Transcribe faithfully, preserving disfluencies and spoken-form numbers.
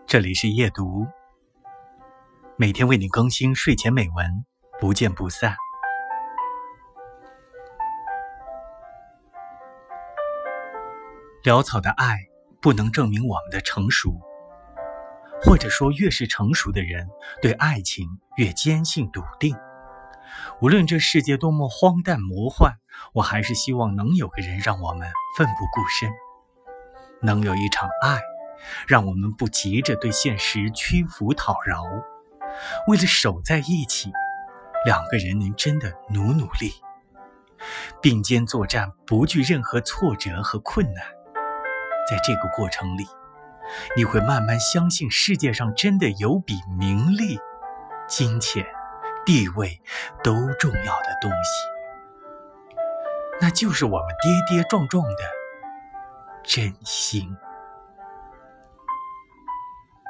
这里是夜读，每天为你更新睡前美文，不见不散。潦草的爱不能证明我们的成熟，或者说越是成熟的人，对爱情越坚信笃定。无论这世界多么荒诞魔幻，我还是希望能有个人让我们奋不顾身，能有一场爱让我们不急着对现实屈服讨饶，为了守在一起，两个人能真的努努力，并肩作战，不惧任何挫折和困难。在这个过程里，你会慢慢相信世界上真的有比名利、金钱、地位都重要的东西，那就是我们跌跌撞撞的真心。